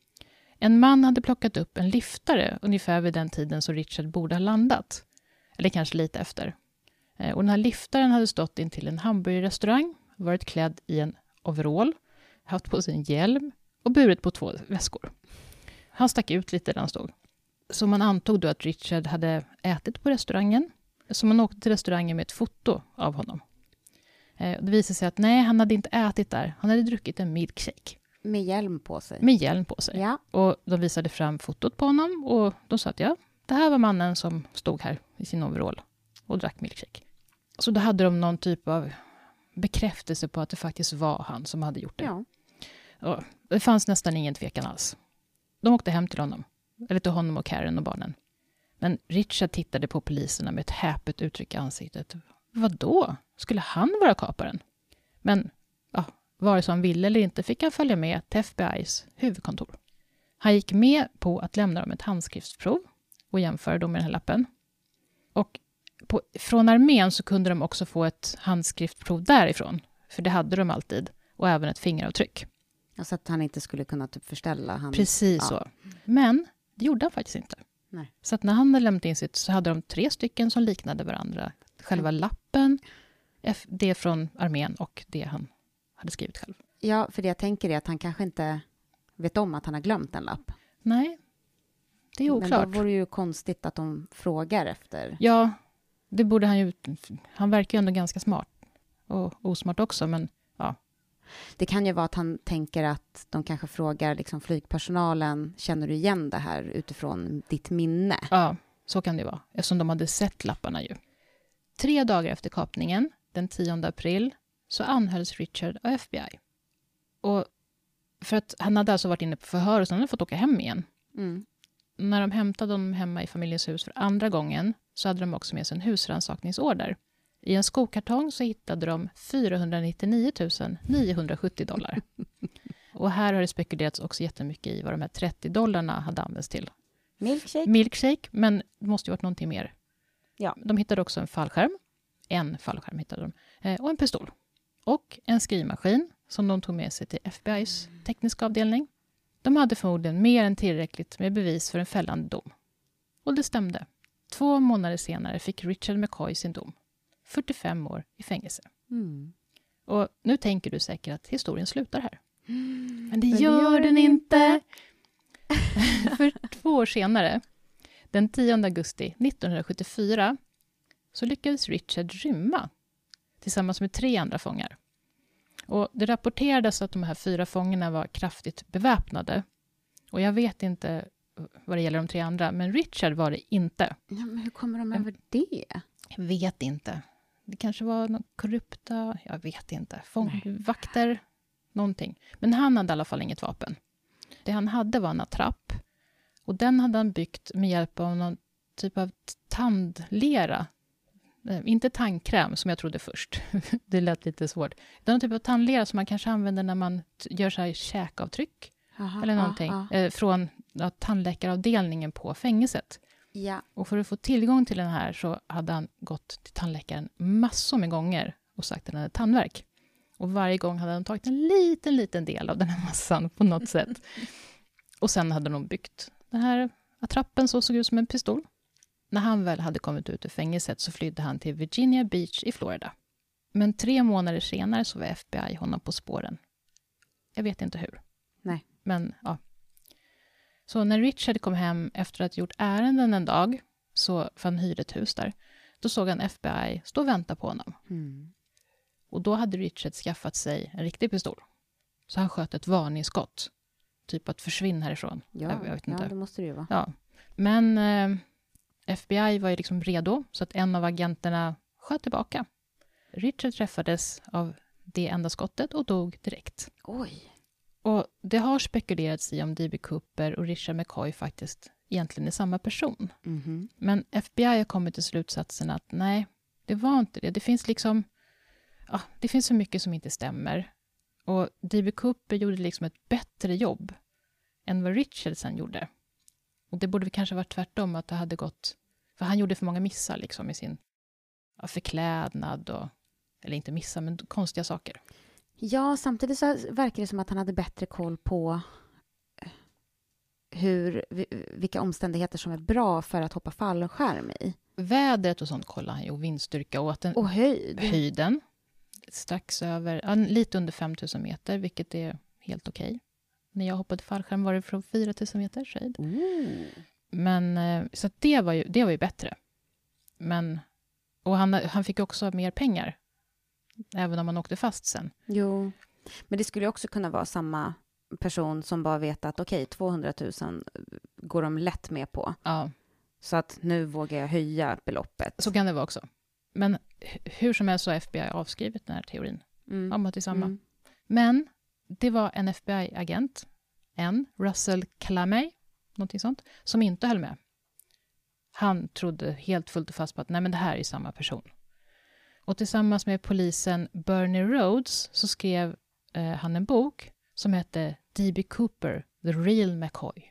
En man hade plockat upp en liftare ungefär vid den tiden så Richard borde ha landat. Eller kanske lite efter. Och den här liftaren hade stått in till en hamburgerrestaurang, varit klädd i en overall, haft på sig en hjälm och burit på 2 väskor. Han stack ut lite där han stod. Så man antog då att Richard hade ätit på restaurangen. Så man åkte till restaurangen med ett foto av honom. Det visade sig att nej, han hade inte ätit där. Han hade druckit en milkshake. Med hjälm på sig. Med hjälm på sig. Ja. Och de visade fram fotot på honom. Och de sa att ja, det här var mannen som stod här i sin overall och drack milkshake. Så då hade de någon typ av bekräftelse på att det faktiskt var han som hade gjort det. Ja. Och det fanns nästan ingen tvekan alls. De åkte hem till honom. Eller till honom och Karen och barnen. Men Richard tittade på poliserna med ett häpet uttryck i ansiktet. Vadå? Skulle han vara kaparen? Men ja, vare sig han ville eller inte fick han följa med till FBI:s huvudkontor. Han gick med på att lämna dem ett handskriftsprov och jämföra dem med den här lappen. Och från armén så kunde de också få ett handskriftsprov därifrån. För det hade de alltid. Och även ett fingeravtryck. Så att han inte skulle kunna typ förställa. Precis så. Men det gjorde han faktiskt inte. Nej. Så att när han hade lämnat in sitt så hade de 3 stycken som liknade varandra. Själva lappen, det från armén och det han hade skrivit själv. Ja, för det jag tänker är att han kanske inte vet om att han har glömt en lapp. Nej, det är oklart. Men då vore det ju konstigt att de frågar efter. Ja, det borde han ju. Han verkar ju ändå ganska smart. Och osmart också, men ja. Det kan ju vara att han tänker att de kanske frågar liksom flygpersonalen, känner du igen det här utifrån ditt minne? Ja, så kan det vara. Eftersom de hade sett lapparna ju. 3 dagar efter kapningen, den 10 april, så anhölls Richard av FBI. Och för att han hade alltså varit inne på förhör och sen hade fått åka hem igen. Mm. När de hämtade honom hemma i familjens hus för andra gången så hade de också med sig en husrannsakningsorder. I en skokartong så hittade de $499 970. Och här har det spekulerats också jättemycket i vad de här $30 hade använts till. Milkshake, men det måste ju varit någonting mer. Ja. De hittade också en fallskärm. En fallskärm hittade de. Och en pistol. Och en skrivmaskin som de tog med sig till FBI:s tekniska avdelning. De hade förmodligen mer än tillräckligt med bevis för en fällande dom. Och det stämde. 2 månader senare fick Richard McCoy sin dom. 45 år i fängelse. Mm. Och nu tänker du säkert att historien slutar här. Men det gör den inte. För 2 år senare, den 10 augusti 1974, så lyckades Richard rymma tillsammans med 3 andra fångar. Och det rapporterades att de här 4 fångarna var kraftigt beväpnade. Och jag vet inte vad det gäller de 3 andra, men Richard var det inte. Ja, men hur kommer de över det? Jag vet inte. Det kanske var någon korrupta, jag vet inte. Vakter, någonting. Men han hade i alla fall inget vapen. Det han hade var en attrapp. Och den hade han byggt med hjälp av någon typ av tandlera. Inte tandkräm som jag trodde först. Det lät lite svårt. Det är en typ av tandlera som man kanske använder när man gör så här käkavtryck. Aha, eller någonting. Från tandläkaravdelningen på fängelset. Ja. Och för att få tillgång till den här så hade han gått till tandläkaren massor med gånger och sagt att han hade tandvärk. Och varje gång hade han tagit en liten del av den här massan på något sätt. Och sen hade de byggt den här attrappen så såg ut som en pistol. När han väl hade kommit ut ur fängelset så flydde han till Virginia Beach i Florida. Men 3 månader senare så var FBI honom på spåren. Jag vet inte hur. Nej. Men ja. Så när Richard kom hem efter att ha gjort ärenden en dag, så för han hyrde ett hus där, då såg han FBI stå och vänta på honom. Mm. Och då hade Richard skaffat sig en riktig pistol. Så han sköt ett varningsskott. Typ att försvinna härifrån. Ja, jag vet inte. Det måste det ju vara. Ja. Men FBI var ju liksom redo så att en av agenterna sköt tillbaka. Richard träffades av det enda skottet och dog direkt. Oj. Och det har spekulerats i om D.B. Cooper och Richard McCoy faktiskt egentligen är samma person. Mm-hmm. Men FBI har kommit till slutsatsen att nej, det var inte det. Det finns liksom, det finns så mycket som inte stämmer. Och D.B. Cooper gjorde liksom ett bättre jobb än vad Richard sen gjorde. Och det borde kanske varit tvärtom att det hade gått, för han gjorde för många missar liksom i sin förklädnad och, eller inte missa, men konstiga saker. Ja, samtidigt så verkar det som att han hade bättre koll på vilka omständigheter som är bra för att hoppa fallskärm i. Vädret och sånt kollar han ju, och vindstyrka och höjden. Strax över, lite under 5000 meter, vilket är helt okej. När jag hoppade fallskärm var det från 4000 meters höjd. Men så att det var ju bättre. Men, och han fick också mer pengar. Även om han åkte fast sen. Jo, men det skulle ju också kunna vara samma person som bara vet att 200 000 går de lätt med på. Ja. Så att nu vågar jag höja beloppet. Så kan det vara också. Men hur som helst så har FBI avskrivit den här teorin. Om att det är samma. Men det var en FBI-agent, Russell Calamay, någonting sånt, som inte höll med. Han trodde helt fullt och fast på att nej, men det här är samma person. Och tillsammans med polisen Bernie Rhodes så skrev han en bok som hette D.B. Cooper, The Real McCoy.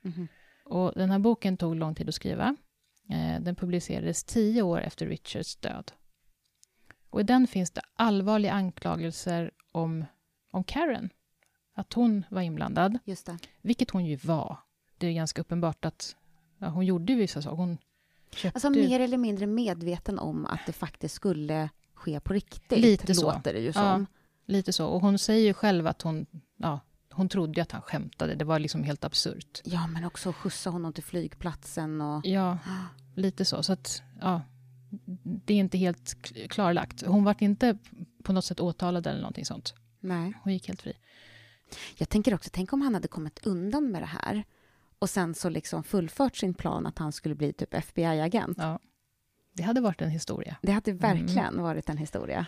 Och den här boken tog lång tid att skriva. Den publicerades 10 år efter Richards död. Och i den finns det allvarliga anklagelser om Karen. Att hon var inblandad. Just det. Vilket hon ju var. Det är ganska uppenbart att hon gjorde vissa saker. Hon köpte... Alltså mer eller mindre medveten om att det faktiskt skulle ske på riktigt. Lite så. Låter det ju som. Ja, lite så. Och hon säger ju själv att hon trodde att han skämtade. Det var liksom helt absurt. Ja, men också skjutsa honom till flygplatsen. Och... Ja, lite så. Så att, det är inte helt klarlagt. Hon var inte på något sätt åtalad eller någonting sånt. Nej. Hon gick helt fri. Jag tänker också, tänk om han hade kommit undan med det här och sen så liksom fullfört sin plan att han skulle bli typ FBI-agent. Ja, det hade varit en historia. Det hade verkligen varit en historia.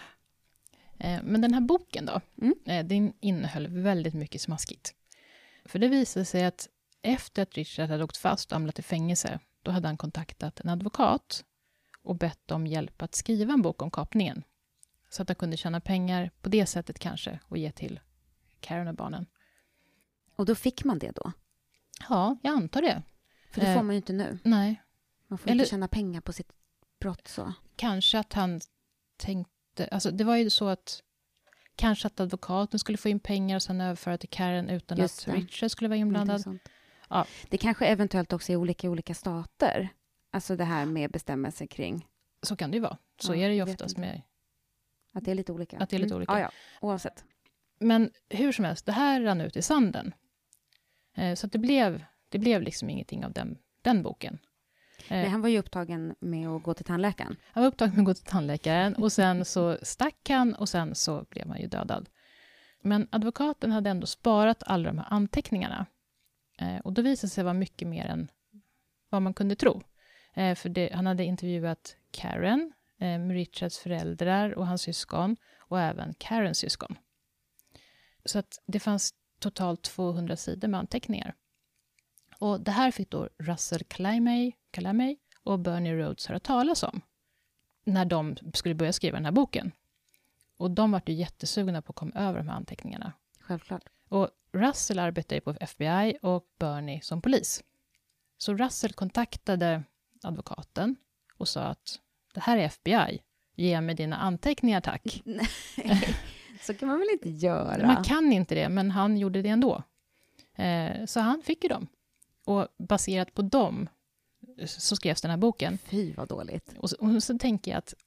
Men den här boken då, den innehöll väldigt mycket smaskigt. För det visade sig att efter att Richard hade åkt fast och hamnat i fängelse, då hade han kontaktat en advokat och bett om hjälp att skriva en bok om kapningen. Så att han kunde tjäna pengar på det sättet kanske och ge till Karen och barnen. Och då fick man det då? Ja, jag antar det. För det får man ju inte nu. Nej. Man får inte tjäna pengar på sitt brott så. Kanske att han tänkte... Alltså det var ju så att... Kanske att advokaten skulle få in pengar och sen överföra till Karen utan att Richard skulle vara inblandad. Ja. Det kanske eventuellt också är olika stater. Alltså det här med bestämmelser kring... Så kan det ju vara. Så är det ju oftast med... Att det är lite olika. Att det är lite olika. Ja, oavsett. Men hur som helst, det här rann ut i sanden. Så att det blev liksom ingenting av den boken. Nej, han var ju upptagen med att gå till tandläkaren. Han var upptagen med att gå till tandläkaren och sen så stack han och sen så blev han ju dödad. Men advokaten hade ändå sparat alla de här anteckningarna. Och då visade sig vara mycket mer än vad man kunde tro. För han hade intervjuat Karen, Richards föräldrar och hans syskon och även Karens syskon. Så att det fanns totalt 200 sidor med anteckningar. Och det här fick då Russell Calamay och Bernie Rhodes höra talas om när de skulle börja skriva den här boken. Och de var ju jättesugna på att komma över de här anteckningarna. Självklart. Och Russell arbetade på FBI och Bernie som polis. Så Russell kontaktade advokaten och sa att det här är FBI. Ge mig dina anteckningar, tack. Nej, så kan man väl inte göra? Man kan inte det, men han gjorde det ändå. Så han fick ju dem. Och baserat på dem så skrevs den här boken. Fy vad dåligt. Och så tänker jag att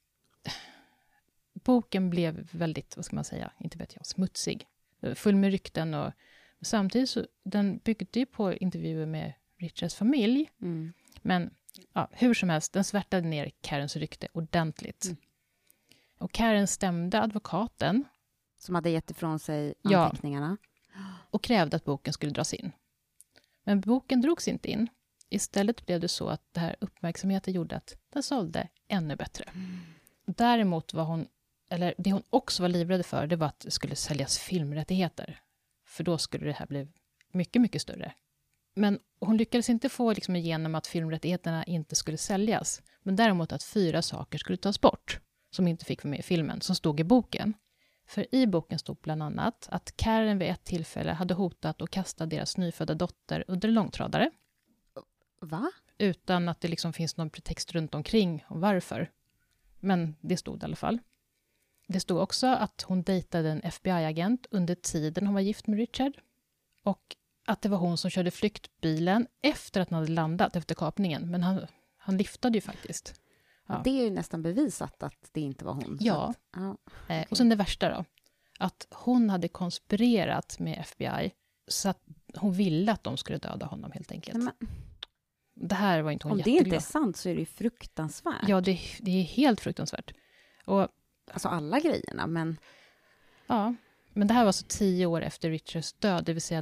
boken blev väldigt, vad ska man säga, inte vet jag, smutsig. Full med rykten och samtidigt så den byggde ju på intervjuer med Richards familj. Men hur som helst, den svärtade ner Karens rykte ordentligt. Och Karen stämde advokaten. Som hade gett ifrån sig anteckningarna. Ja, och krävde att boken skulle dras in. Men boken drogs inte in. Istället blev det så att det här uppmärksamheten gjorde att den sålde ännu bättre. Däremot var hon, eller det hon också var livrädd för, det var att det skulle säljas filmrättigheter. För då skulle det här bli mycket, mycket större. Men hon lyckades inte få liksom igenom att filmrättigheterna inte skulle säljas. Men däremot att 4 saker skulle tas bort som inte fick vara med i filmen, som stod i boken. För i boken stod bland annat att Karen vid ett tillfälle hade hotat att kasta deras nyfödda dotter under en långtradare. Va? Utan att det liksom finns någon pretext runt omkring och varför. Men det stod i alla fall. Det stod också att hon dejtade en FBI-agent under tiden hon var gift med Richard. Och att det var hon som körde flyktbilen efter att han hade landat efter kapningen. Men han liftade ju faktiskt. Ja. Det är ju nästan bevisat att det inte var hon. Ja. Okay. Och sen det värsta då. Att hon hade konspirerat med FBI så att hon ville att de skulle döda honom helt enkelt. Men, det här var inte hon om jätteglad. det inte är sant så är det ju fruktansvärt. Ja, det är helt fruktansvärt. Och, alltså alla grejerna, men... Ja, men det här var så 10 år efter Richards död, det vill säga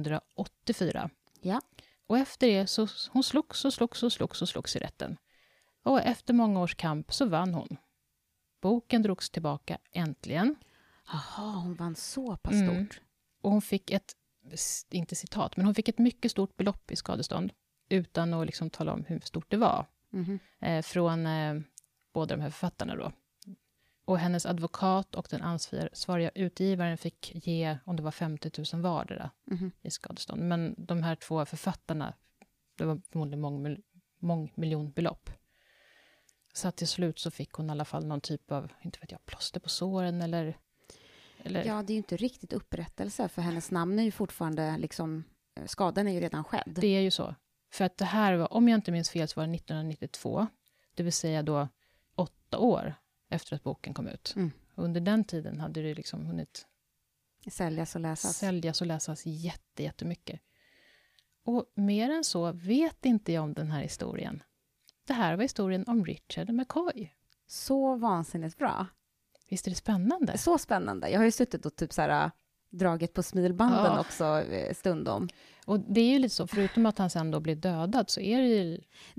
1984. Ja. Och efter det så hon slogs i rätten. Och efter många års kamp så vann hon. Boken drogs tillbaka äntligen. Jaha, hon vann så pass stort. Och hon fick inte citat, men hon fick ett mycket stort belopp i skadestånd. Utan att liksom tala om hur stort det var. Från båda de här författarna då. Och hennes advokat och den ansvariga utgivaren fick ge, om det var 50 000 vardera i skadestånd. Men de här 2 författarna, det var förmodligen mångmiljonbelopp. Så att till slut så fick hon i alla fall någon typ av, inte vet jag, plåster på såren eller... Ja, det är ju inte riktigt upprättelse, för hennes namn är ju fortfarande liksom, skadan är ju redan skedd. Det är ju så. För att det här var, om jag inte minns fel så var det 1992, det vill säga då 8 år efter att boken kom ut. Och under den tiden hade det liksom hunnit säljas och läsas jättemycket. Och mer än så vet inte jag om den här historien. Det här var historien om Richard McCoy. Så vansinnigt bra. Visst är det spännande? Så spännande. Jag har ju suttit och typ så här dragit på smilbanden också stundom. Och det är ju lite så, förutom att han sen då blir dödad så är det ju...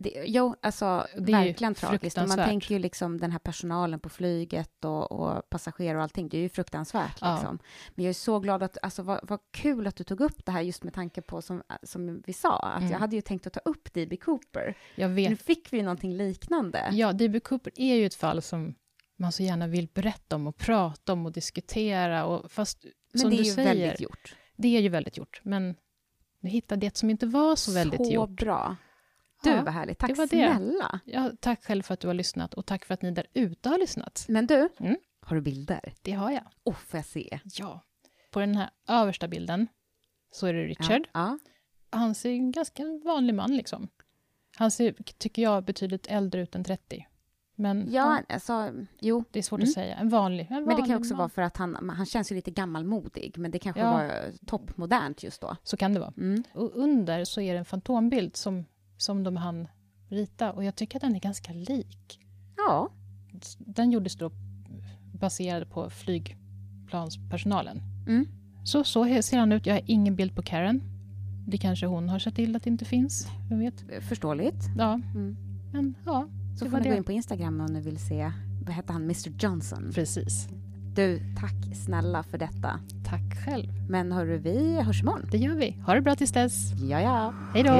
Alltså det verkligen tragiskt. Man tänker ju liksom den här personalen på flyget och passagerare och allting, det är ju fruktansvärt liksom. Men jag är så glad att, alltså vad kul att du tog upp det här just med tanke på som vi sa, att jag hade ju tänkt att ta upp D.B. Cooper. Jag vet. Nu fick vi ju någonting liknande. Ja, D.B. Cooper är ju ett fall som man så gärna vill berätta om och prata om och diskutera. Och fast, men som det är du ju säger, väldigt gjort. Det är ju väldigt gjort. Men du hittade ett som inte var så väldigt gjort. Så bra. Du, vad härligt. Tack snälla. Ja, tack själv för att du har lyssnat. Och tack för att ni där ute har lyssnat. Men du, har du bilder? Det har jag. Får jag se? Ja. På den här översta bilden så är det Richard. Ja. Han ser en ganska vanlig man liksom. Han ser, tycker jag, betydligt äldre ut än 30. Men alltså, jo. Det är svårt att säga. En vanlig men det kan också vara för att han känns ju lite gammalmodig. Men det kanske var toppmodernt just då. Så kan det vara. Och under så är det en fantombild som de hann rita. Och jag tycker att den är ganska lik. Ja. Den gjordes då baserad på flygplanspersonalen. Så ser han ut. Jag har ingen bild på Karen. Det kanske hon har sett till att det inte finns. Jag vet. Förståeligt. Ja. Men ja. Så får ni gå in på Instagram om ni vill se, vad heter han, Mr. Johnson. Precis. Du, tack snälla för detta. Tack själv. Men hörru, vi hörs imorgon. Det gör vi. Ha det bra tills dess. Ja. Hej då.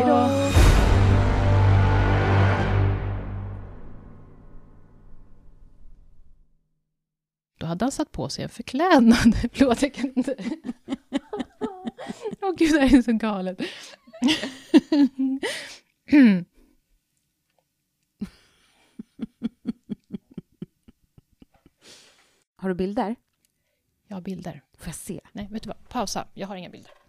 Då hade han satt på sig en förklädnad. Förlåt, jag kan inte. Gud, det här är så galet. Har du bilder? Jag har bilder. Får jag se? Nej, vet du vad? Pausa. Jag har inga bilder.